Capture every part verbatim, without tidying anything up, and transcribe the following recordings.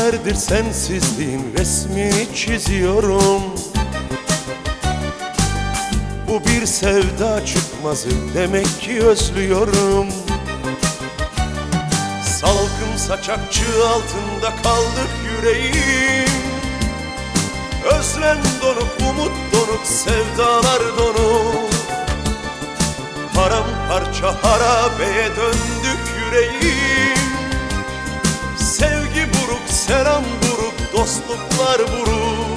Günlerdir sensizliğin resmini çiziyorum. Bu bir sevda çıkmazı, demek ki özlüyorum. Salkım saçakçı altında kaldık yüreğim. Özlem donuk, umut donuk, sevdalar donuk. Paramparça harabeye döndük yüreğim. Sevgi buruk, selam buruk, dostluklar buruk.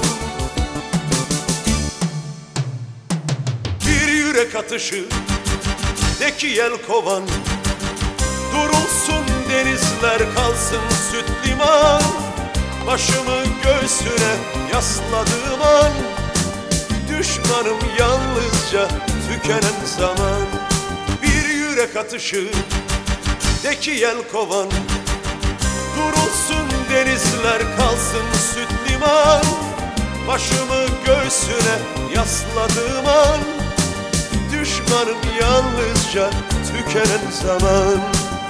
Bir yürek atışı, de ki yelkovan. Durulsun denizler, kalsın süt liman. Başımı göğsüne yasladığım an, düşmanım yalnızca tükenen zaman. Bir yürek atışı, de ki yelkovan. Durulsun denizler, kalsın süt liman. Başımı göğsüne yasladığım an, düşmanım yalnızca tükenen zaman.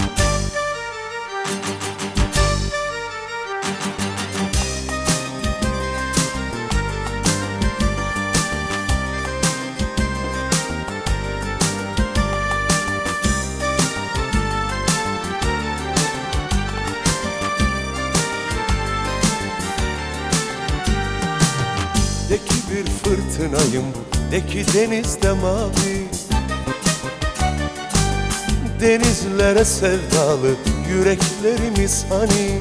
De ki bir fırtınayım, de ki denizde mavi. Denizlere sevdalı yüreklerimiz hani.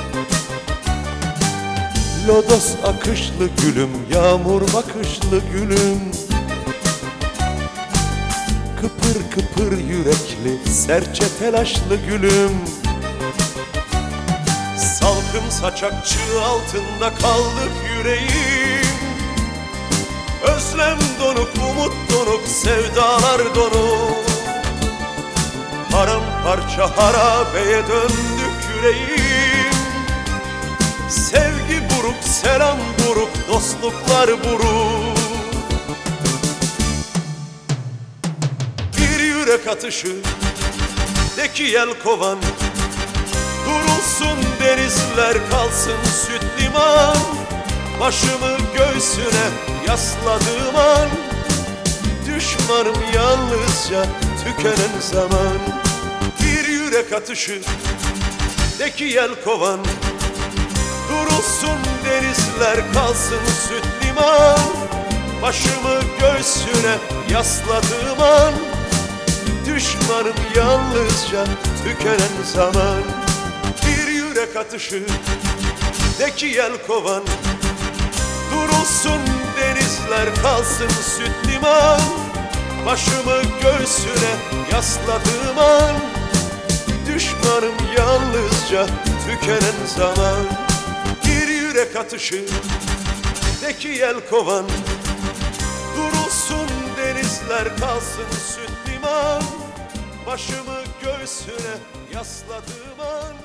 Lodos akışlı gülüm, yağmur bakışlı gülüm. Kıpır kıpır yürekli, serçe telaşlı gülüm. Salkım saçakçı altında kaldık yüreğim. Özlem donuk, umut donuk, sevdalar donuk. Paramparça harabeye döndük yüreğim. Sevgi buruk, selam buruk, dostluklar buruk. Bir yürek atışı, de ki yelkovan. Durulsun denizler, kalsın süt liman. Başımı göğsüne yasladığım an, düşmanım yalnızca tükenen zaman. Bir yürek atışı, de ki yelkovan. Durulsun denizler, kalsın süt liman. Başımı göğsüne yasladığım an, düşmanım yalnızca tükenen zaman. Bir yürek atışı, de ki yelkovan. Durulsun denizler, kalsın süt liman. Başımı göğsüne yasladığım an, düşmanım yalnızca tükenen zaman. Bir yürek atışı, de ki yelkovan. Durulsun denizler, kalsın süt liman. Başımı göğsüne yasladığım an,